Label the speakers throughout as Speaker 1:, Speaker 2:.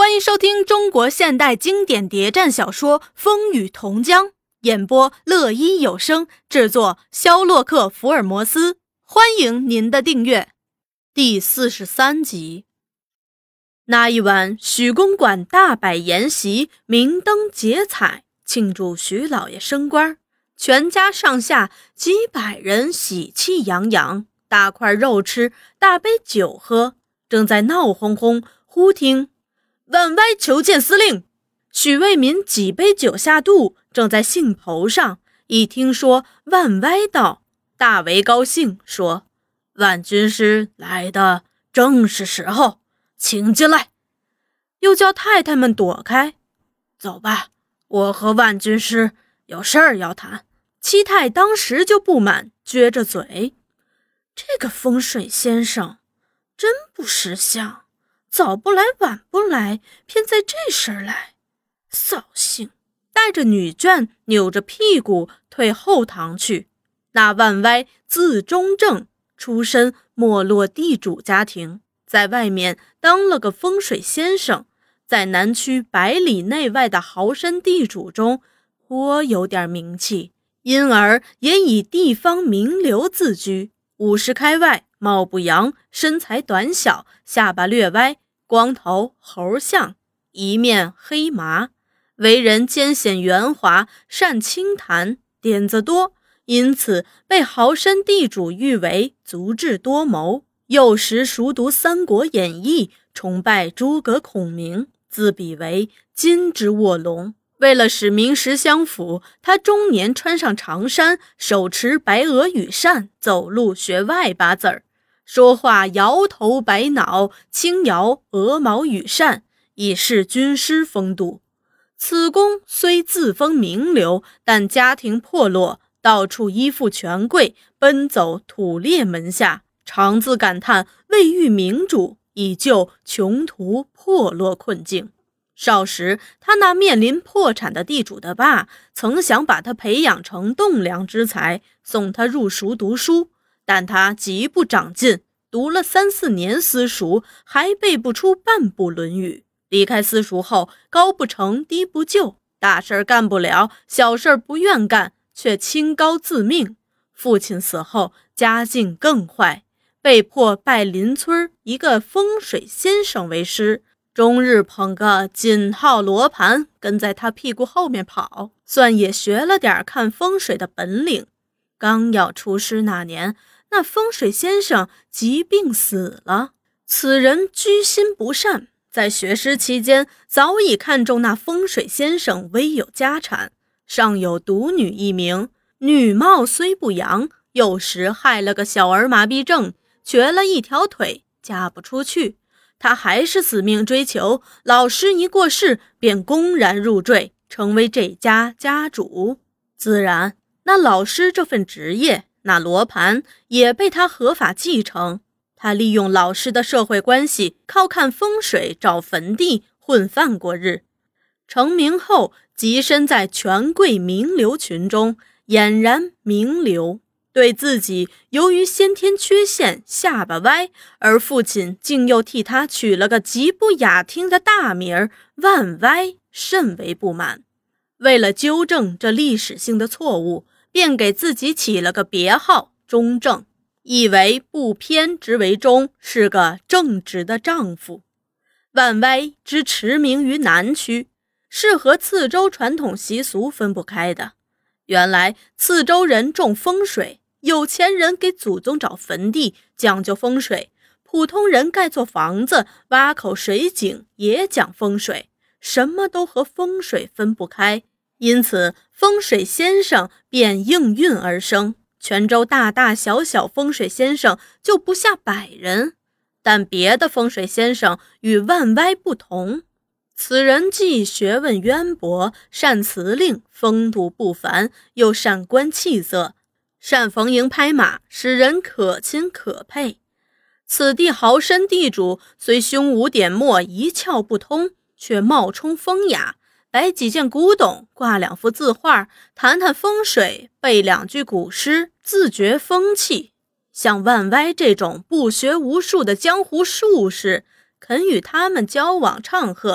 Speaker 1: 欢迎收听中国现代经典谍战小说《风雨同江》，演播乐一有声，制作肖洛克福尔摩斯。欢迎您的订阅。第43集。那一晚，许公馆大摆筵席，明灯结彩，庆祝许老爷升官，全家上下几百人喜气洋洋，大块肉吃，大杯酒喝，正在闹哄哄，忽听万歪求见司令。许卫民几杯酒下肚，正在兴头上，一听说万歪到，大为高兴，说：万军师来的正是时候，请进来。又叫太太们躲开。走吧，我和万军师有事儿要谈。七太当时就不满，撅着嘴：这个风水先生真不识相，早不来晚不来，偏在这时来，扫兴。带着女眷扭着屁股退后堂去。那万歪字中正，出身没落地主家庭，在外面当了个风水先生，在南区100里内外的豪绅地主中颇有点名气，因而也以地方名流自居。50开外，貌不扬，身材短小，下巴略歪，光头猴相，一面黑麻，为人艰险圆滑，善清谈，点子多，因此被豪绅地主誉为足智多谋。幼时熟读《三国演义》，崇拜诸葛孔明，自比为金之卧龙。为了使名实相符，他终年穿上长衫，手持白鹅羽扇，走路学外八字儿，说话摇头摆脑，轻摇鹅毛羽扇，以示军师风度。此公虽自封名流，但家庭破落，到处依附权贵，奔走土猎门下，常自感叹未遇明主，以救穷途破落困境。少时，他那面临破产的地主的爸曾想把他培养成栋梁之才，送他入塾读书，但他极不长进，读了3、4年私塾，还背不出半部论语。离开私塾后，高不成低不就，大事干不了，小事不愿干，却清高自命。父亲死后，家境更坏，被迫拜邻村一个风水先生为师，终日捧个锦号罗盘跟在他屁股后面跑，算也学了点看风水的本领。刚要出师那年，那风水先生疾病死了。此人居心不善，在学师期间早已看中那风水先生微有家产，尚有独女一名，女貌虽不扬，幼时害了个小儿麻痹症，瘸了一条腿，嫁不出去。他还是死命追求，老师一过世，便公然入赘，成为这家家主。自然，那老师这份职业，那罗盘也被他合法继承。他利用老师的社会关系，靠看风水找坟地，混饭过日。成名后，跻身在权贵名流群中，俨然名流。对自己由于先天缺陷，下巴歪，而父亲竟又替他取了个极不雅听的大名儿万歪，甚为不满。为了纠正这历史性的错误，便给自己起了个别号中正，意为不偏之为中，是个正直的丈夫。万歪之驰名于南区，是和次州传统习俗分不开的。原来次州人重风水，有钱人给祖宗找坟地讲究风水，普通人盖座房子挖口水井也讲风水，什么都和风水分不开。因此风水先生便应运而生，泉州大大小小风水先生就不下100人。但别的风水先生与万歪不同，此人既学问渊博，善辞令，风度不凡，又善观气色，善逢迎拍马，使人可亲可佩。此地豪绅地主虽胸无点墨，一窍不通，却冒充风雅，摆几件古董，挂2幅字画，谈谈风水，背2句古诗，自觉风气。像万歪这种不学无术的江湖术士，肯与他们交往唱和，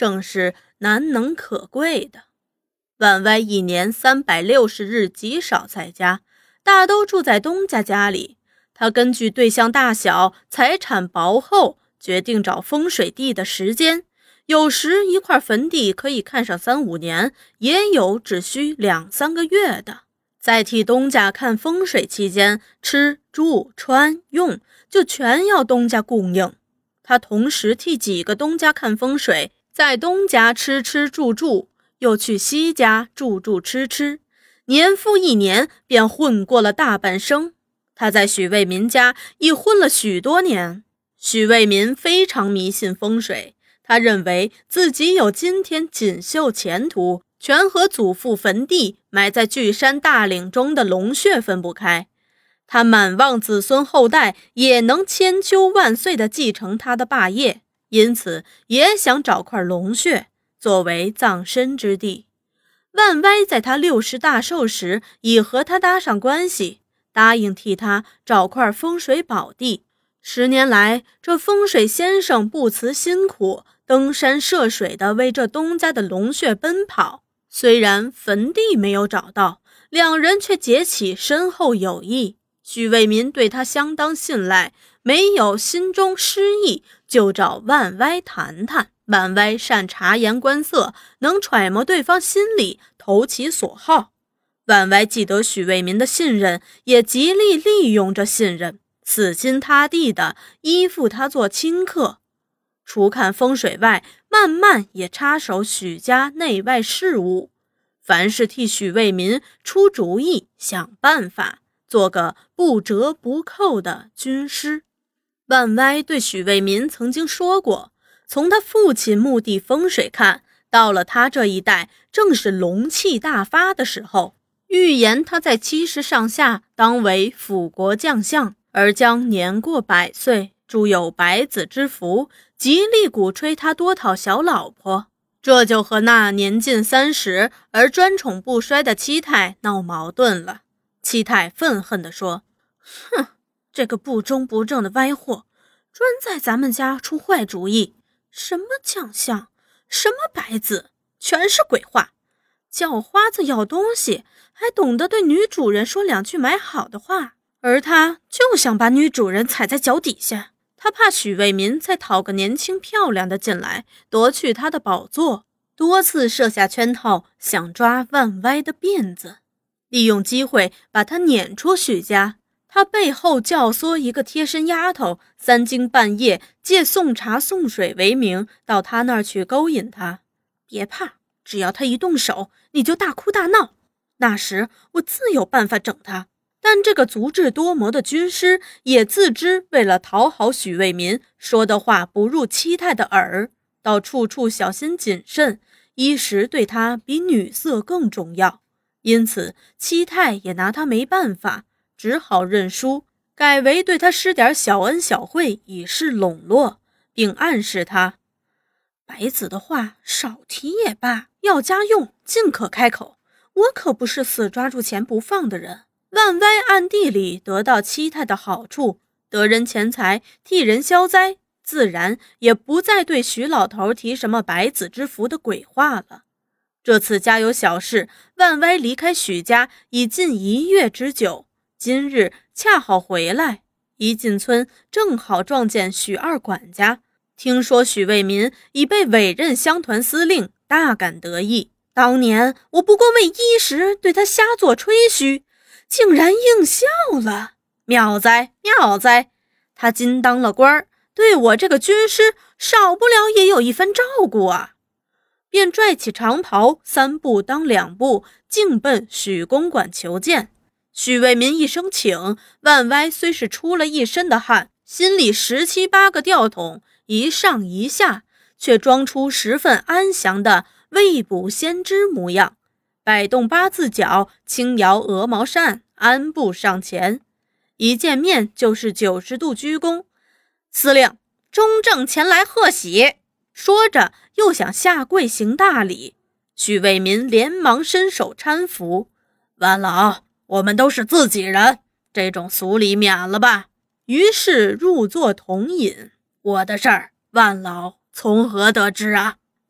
Speaker 1: 正是难能可贵的。万歪一年360日极少在家，大都住在东家家里。他根据对象大小、财产薄厚，决定找风水地的时间。有时一块坟地可以看上3-5年，也有只需2-3个月的。在替东家看风水期间，吃住穿用就全要东家供应。他同时替几个东家看风水，在东家吃住，又去西家住吃，年复一年便混过了大半生。他在许卫民家已混了许多年。许卫民非常迷信风水，他认为自己有今天锦绣前途，全和祖父坟地埋在巨山大岭中的龙穴分不开。他满望子孙后代也能千秋万岁地继承他的霸业，因此也想找块龙穴作为葬身之地。万歪在他60大寿时已和他搭上关系，答应替他找块风水宝地。10年来，这风水先生不辞辛苦，登山涉水地为这东家的龙穴奔跑。虽然坟地没有找到，两人却结起深厚友谊。许卫民对他相当信赖，没有心中失意，就找万歪谈谈。万歪善察言观色，能揣摩对方心理，投其所好。万歪记得许卫民的信任，也极力利用这信任，死心塌地地依附他做亲客。除看风水外，慢慢也插手许家内外事务，凡是替许卫民出主意，想办法，做个不折不扣的军师。万歪对许卫民曾经说过，从他父亲墓地风水看，到了他这一代正是龙气大发的时候，预言他在70上下当为辅国将相，而将年过100岁，祝有百子之福，极力鼓吹他多讨小老婆。这就和那年近30而专宠不衰的七太闹矛盾了。七太愤恨地说：哼，这个不忠不正的歪货，专在咱们家出坏主意，什么将相，什么百子，全是鬼话。叫花子要东西，还懂得对女主人说2句买好的话，而他就想把女主人踩在脚底下。他怕许卫民再讨个年轻漂亮的进来，夺去他的宝座，多次设下圈套，想抓万歪的辫子，利用机会把他撵出许家。他背后教唆一个贴身丫头，3更半夜借送茶送水为名，到他那儿去勾引他。别怕，只要他一动手，你就大哭大闹，那时我自有办法整他。但这个足智多谋的军师也自知为了讨好许卫民，说的话不入七太的耳，到处处小心谨慎，衣食对他比女色更重要。因此七太也拿他没办法，只好认输，改为对他施点小恩小惠以示笼络，并暗示他白子的话少提也罢，要家用尽可开口，我可不是死抓住钱不放的人。万歪暗地里得到七太的好处，得人钱财，替人消灾，自然也不再对许老头提什么百子之福的鬼话了。这次家有小事，万歪离开许家已近1月之久，今日恰好回来，一进村正好撞见许二管家，听说许卫民已被委任乡团司令，大感得意。当年我不过为衣食对他瞎做吹嘘，竟然应笑了，妙哉妙哉！他今当了官，对我这个军师少不了也有一番照顾啊！便拽起长袍，3步当2步，径奔许公馆求见。许卫民一声请，万歪虽是出了一身的汗，心里17、8个吊桶，一上一下，却装出10分安详的未卜先知模样，摆动8字脚，轻摇鹅毛扇，安步上前，一见面就是90度鞠躬。司令，中正前来贺喜。说着又想下跪行大礼，许卫民连忙伸手搀扶。万老，我们都是自己人，这种俗礼免了吧。于是入座同饮。我的事儿，万老从何得知啊？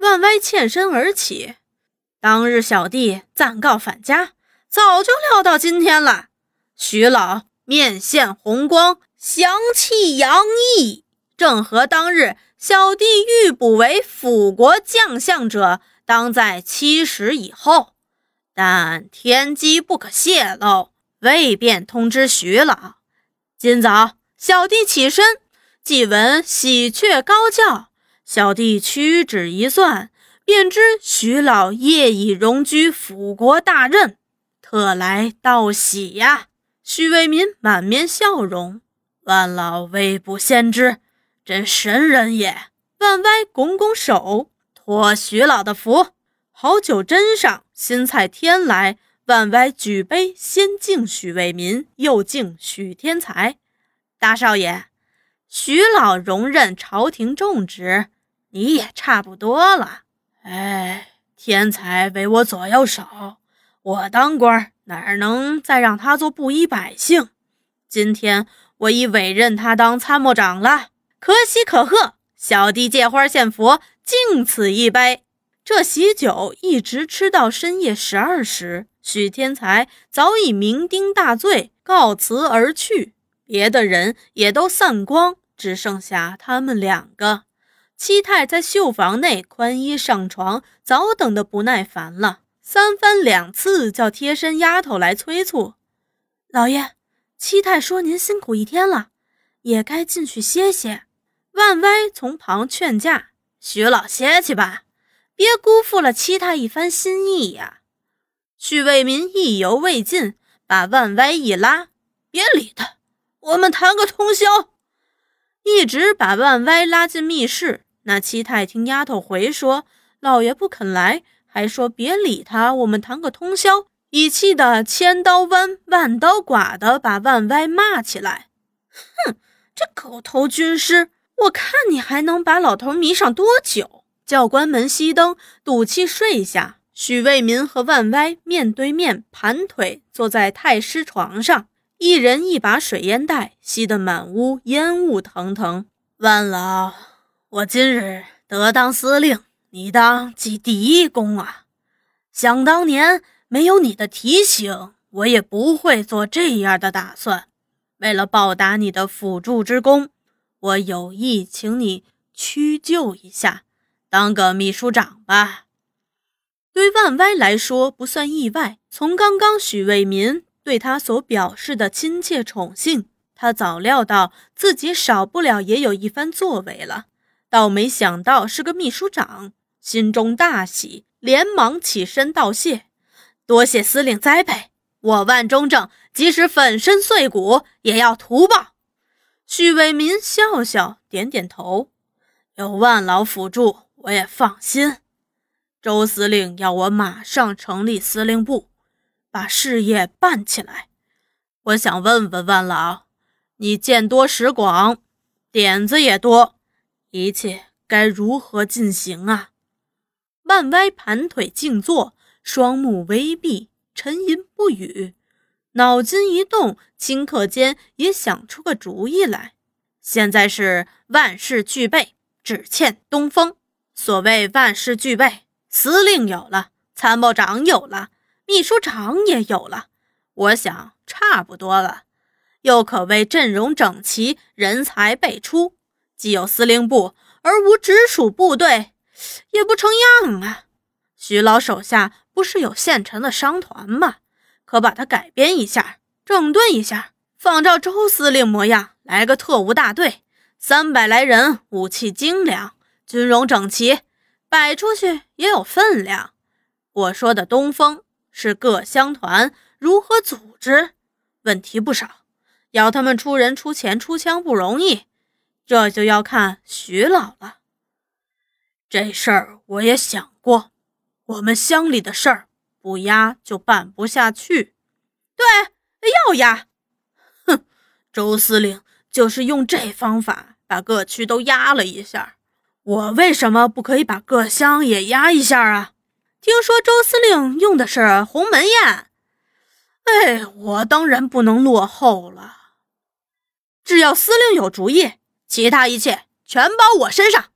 Speaker 1: 万歪欠身而起，当日小弟暂告返家，早就料到今天了。徐老面现红光，祥气洋溢，正合当日小弟欲补为辅国将相者，当在7时以后。但天机不可泄露，未便通知徐老。今早小弟起身，既闻喜鹊高叫，小弟屈指一算，便知徐老业已荣居辅国大任，特来道喜呀。徐为民满面笑容，万老未卜先知，真神人也。万歪拱拱手，托徐老的福。好酒斟上，新菜添来，万歪举杯先敬许为民，又敬许天才。大少爷，徐老荣任朝廷重职，你也差不多了。天才为我左右手，我当官哪能再让他做布衣百姓？今天我已委任他当参谋长了，可喜可贺，小弟借花献佛，敬此一杯。这喜酒一直吃到深夜12时，许天才早已酩酊大醉，告辞而去。别的人也都散光，只剩下他们2个。七太在绣房内宽衣上床，早等得不耐烦了，3番2次叫贴身丫头来催促。老爷，七太说您辛苦一天了，也该进去歇歇。万歪从旁劝架，徐老歇去吧，别辜负了七太一番心意呀。许为民意犹未尽，把万歪一拉，别理他，我们谈个通宵。一直把万歪拉进密室。那七太听丫头回说老爷不肯来，还说别理他，我们谈个通宵，一气的千刀弯万刀剐的把万歪骂起来。哼，这狗头军师，我看你还能把老头迷上多久？教官们熄灯，赌气睡下。许为民和万歪面对面盘腿坐在太师床上，一人一把水烟袋，吸得满屋烟雾腾腾。万老，我今日得当司令，你当记第一功啊！想当年没有你的提醒，我也不会做这样的打算。为了报答你的辅助之功，我有意请你屈就一下，当个秘书长吧。对万歪来说不算意外，从刚刚许为民对他所表示的亲切宠幸，他早料到自己少不了也有一番作为了，倒没想到是个秘书长，心中大喜，连忙起身道谢，多谢司令栽培，我万中正即使粉身碎骨也要图报。许为民笑笑，点点头，有万老辅助，我也放心。周司令要我马上成立司令部，把事业办起来。我想问问万老，你见多识广，点子也多，一切该如何进行啊？万歪盘腿静坐，双目微闭，沉吟不语，脑筋一动，顷刻间也想出个主意来。现在是万事俱备，只欠东风。所谓万事俱备，司令有了，参谋长有了，秘书长也有了，我想差不多了，又可谓阵容整齐，人才辈出。既有司令部，而无直属部队，也不成样啊。徐老手下不是有现成的商团吗？可把它改编一下，整顿一下，仿照周司令模样，来个特务大队，300来人，武器精良，军容整齐，摆出去也有分量。我说的东风是各乡团如何组织，问题不少，要他们出人出钱出枪不容易，这就要看徐老了。这事儿我也想过，我们乡里的事儿不压就办不下去。对，要压。哼，周司令就是用这方法把各区都压了一下，我为什么不可以把各乡也压一下啊？听说周司令用的是鸿门宴，我当然不能落后了。只要司令有主意，其他一切全包我身上。